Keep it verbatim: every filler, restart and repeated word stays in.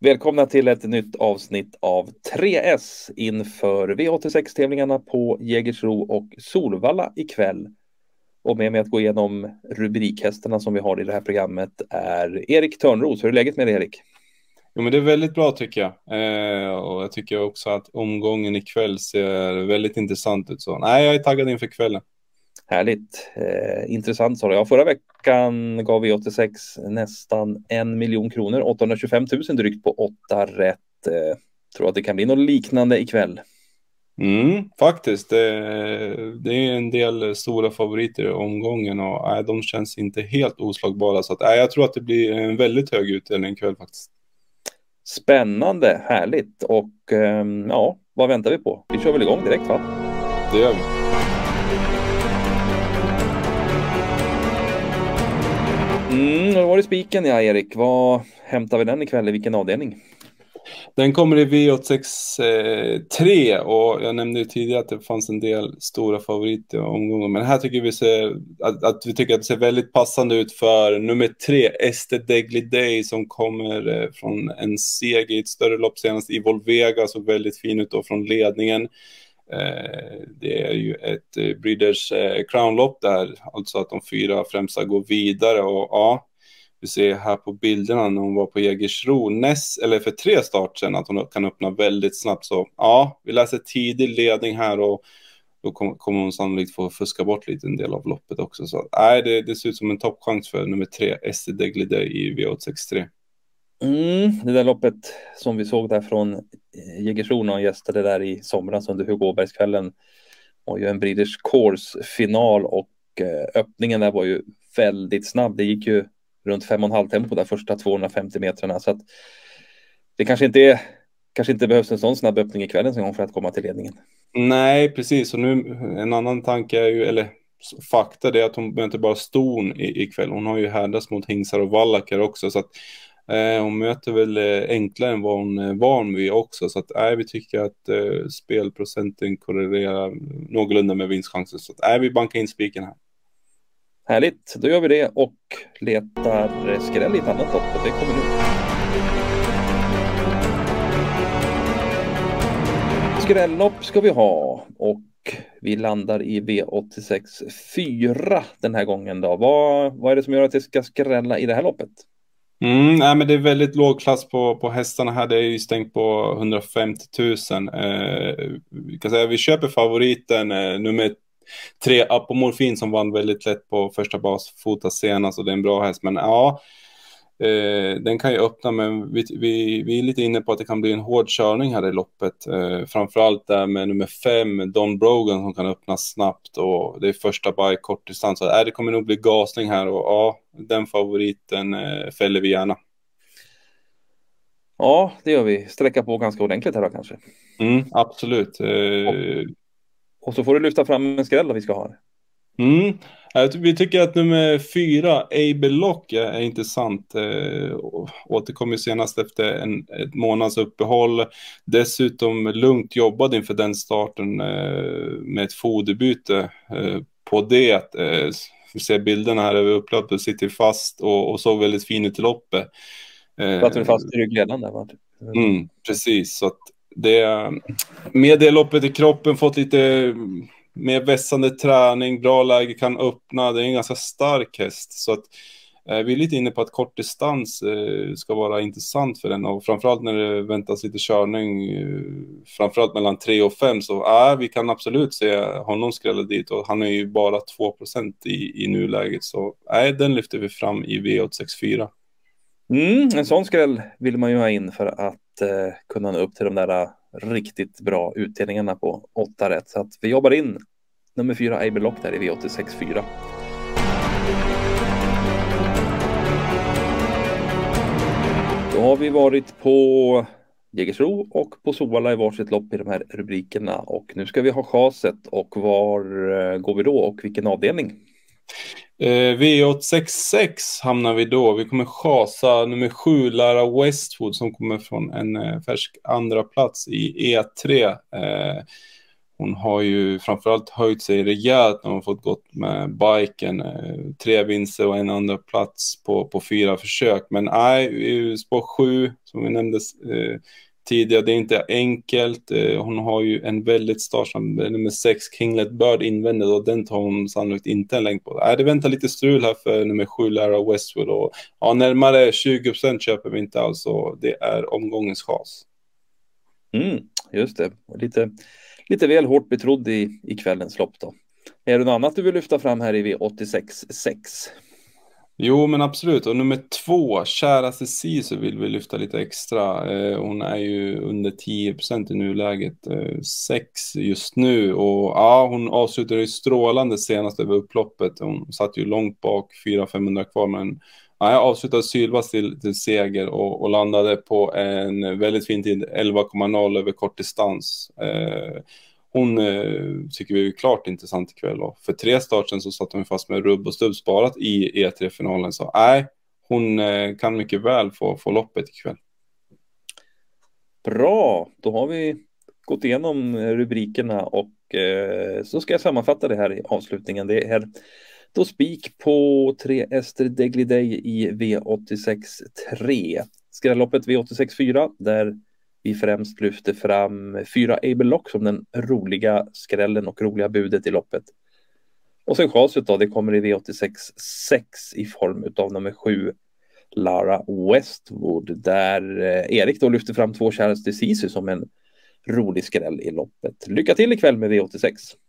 Välkomna till ett nytt avsnitt av tre S inför V åttiosex-tävlingarna på Jägersro och Solvalla ikväll. Och med mig att gå igenom rubrikhästarna som vi har i det här programmet är Erik Törnros. Hur är läget med dig, Erik? Jo, men det är väldigt bra tycker jag. Eh, och jag tycker också att omgången ikväll ser väldigt intressant ut. Så nej, jag är taggad inför kvällen. Härligt. Eh, intressant sa du. Ja, förra veckan gav V åttiosex nästan en miljon kronor. åttahundratjugofem tusen drygt på åtta rätt. Eh, tror att det kan bli något liknande ikväll. Mm, faktiskt. Det, det är en del stora favoriter i omgången och nej, de känns inte helt oslagbara. Så att, nej, jag tror att det blir en väldigt hög utdelning ikväll faktiskt. Spännande, härligt. Och eh, ja, vad väntar vi på? Vi kör väl igång direkt, va? Det gör vi. Mm, då var det spiken, ja, Erik. Vad hämtar vi den ikväll? I vilken avdelning? Den kommer i V åttiosex tre och jag nämnde ju tidigare att det fanns en del stora favoriter i omgången. Men här tycker vi ser, att, att vi tycker att det ser väldigt passande ut för nummer tre, Ester Degly Day, som kommer från en seger i ett större lopp senast i Volvega, såg väldigt fin ut då från ledningen. Det är ju ett Breeders Crown-lopp där, alltså att de fyra främsta går vidare och ja, vi ser här på bilderna när hon var på Jägersro näst, eller för tre start sedan, att hon kan öppna väldigt snabbt. Så ja, vi läser tidig ledning här och då kommer hon sannolikt få fuska bort lite en del av loppet också. Så nej, det, det ser ut som en toppchans för nummer tre, Ester Degly Day i V åttiosex tre. Mm, det där loppet som vi såg där från Jägersro och gästade där i somras under Hugo Åbergskvällen var ju en Breeders Course-final och eh, öppningen där var ju väldigt snabb. Det gick ju runt fem och en halv tempo där första tvåhundrafemtio metrarna, så att det kanske inte är, kanske inte behövs en sån snabb öppning i kvällen en gång för att komma till ledningen. Nej, precis. Och nu en annan tanke är ju, eller fakta, det är att hon möter bara ston ikväll. Hon har ju härdats mot hingsar och vallacker också, så att eh, hon möter väl eh, enklare än vad hon är van vid också. Så att eh, vi tycker att eh, spelprocenten korrelerar någorlunda med vinstchansen. Så att eh, vi bankar in spiken här. Härligt, då gör vi det och letar skräll i ett annat lopp och det kommer nu. Skrällopp ska vi ha och vi landar i V åttiosex fyra den här gången då. Vad, vad är det som gör att det ska skrälla i det här loppet? Mm, nej, men det är väldigt låg klass på, på hästarna här. Det är ju stängt på hundrafemtio tusen. Eh, vi kan säga vi köper favoriten eh, nummer tre, Apomorfin, som vann väldigt lätt på första basfota senast, och det är en bra häst. Men ja, eh, den kan ju öppna, men vi, vi, vi är lite inne på att det kan bli en hård körning här i loppet. Eh, framförallt där med nummer fem, Don Brogan, som kan öppna snabbt, och det är första by kort distans. Så äh, det kommer nog bli gasning här, och ja, den favoriten eh, fäller vi gärna. Ja, det gör vi. Sträcka på ganska ordentligt här då kanske. Mm, absolut. Eh, och, och så får du lyfta fram en skräll vi ska ha. Mm. Vi tycker att nummer fyra, Able Lock, är intressant. Eh, återkommer senast efter en ett månads uppehåll. Dessutom lugnt jobbad inför den starten eh, med ett foderbyte eh, på det. Eh, vi ser bilderna här över upploppet, sitter fast och, och såg väldigt fin ut i loppet. Eh, Satt du fast i ryggledan där, va? Mm, precis, så att det, med det loppet i kroppen, fått lite mer vässande träning, bra läge, kan öppna, det är en ganska stark häst, så att eh, vi är lite inne på att kort distans eh, ska vara intressant för den, och framförallt när det väntas lite körning eh, framförallt mellan tre och fem, så äh, vi kan absolut se honom skrälla dit, och han är ju bara två procent i, i nuläget, så äh, den lyfter vi fram i V åttiosex fyra. Mm, en sån skräll vill man ju ha in för att eh, kunna nå upp till de där riktigt bra utdelningarna på åtta rätt. Så att vi jobbar in nummer fyra, Able Lock, där i V åttiosex fyra. Då har vi varit på Jägersro och på Solvalla i varsitt lopp i de här rubrikerna. Och nu ska vi ha chaset, och var eh, går vi då och vilken avdelning? Eh, V åttiosex sex hamnar vi då. Vi kommer chasa nummer sju, Lara Westwood, som kommer från en eh, färsk andra plats i E tre. Eh, hon har ju framförallt höjt sig rejält när hon fått gått med biken. Tre vinster och en andra plats på, på fyra försök. Men nej, spår sju som vi nämnde eh, tidigare, det är inte enkelt. Eh, hon har ju en väldigt startsam nummer sex, Kinglet Bird invändigt, och den tar hon sannolikt inte en längd på. Nej, det väntar lite strul här för nummer sju, Lara Westwood. Och, ja, närmare tjugo procent köper vi inte alls, och det är omgångens chas. Mm, just det. Lite, lite väl hårt betrodd i, i kvällens lopp då. Är det något annat du vill lyfta fram här i V åttiosex sex? Jo, men absolut. Och nummer två, Käraste Sisu, vill vi lyfta lite extra. Eh, hon är ju under tio procent i nuläget. Eh, sex just nu. Och ja, hon avslutade ju strålande senast över upploppet. Hon satt ju långt bak, fyra femhundra kvar. Men ja, jag avslutade sylvast till, till seger och, och landade på en väldigt fin tid, elva komma noll över kort distans. Eh, Hon eh, tycker vi är klart intressant ikväll. Och för tre starten så satt hon fast med rubb och stubb sparat i E tre-finalen. Så nej, hon eh, kan mycket väl få, få loppet ikväll. Bra, då har vi gått igenom rubrikerna och eh, så ska jag sammanfatta det här i avslutningen. Det är då spik på tre Ester Degliday i V åttiosex tre. Skrälloppet V åttiosex fyra där vi främst lyfter fram fyra Able Lock som den roliga skrällen och roliga budet i loppet. Och sen chaset då, det kommer i V åttiosex sex i form av nummer sju Lara Westwood, där Erik då lyfter fram två Käraste Sisu som en rolig skräll i loppet. Lycka till ikväll med V åttiosex!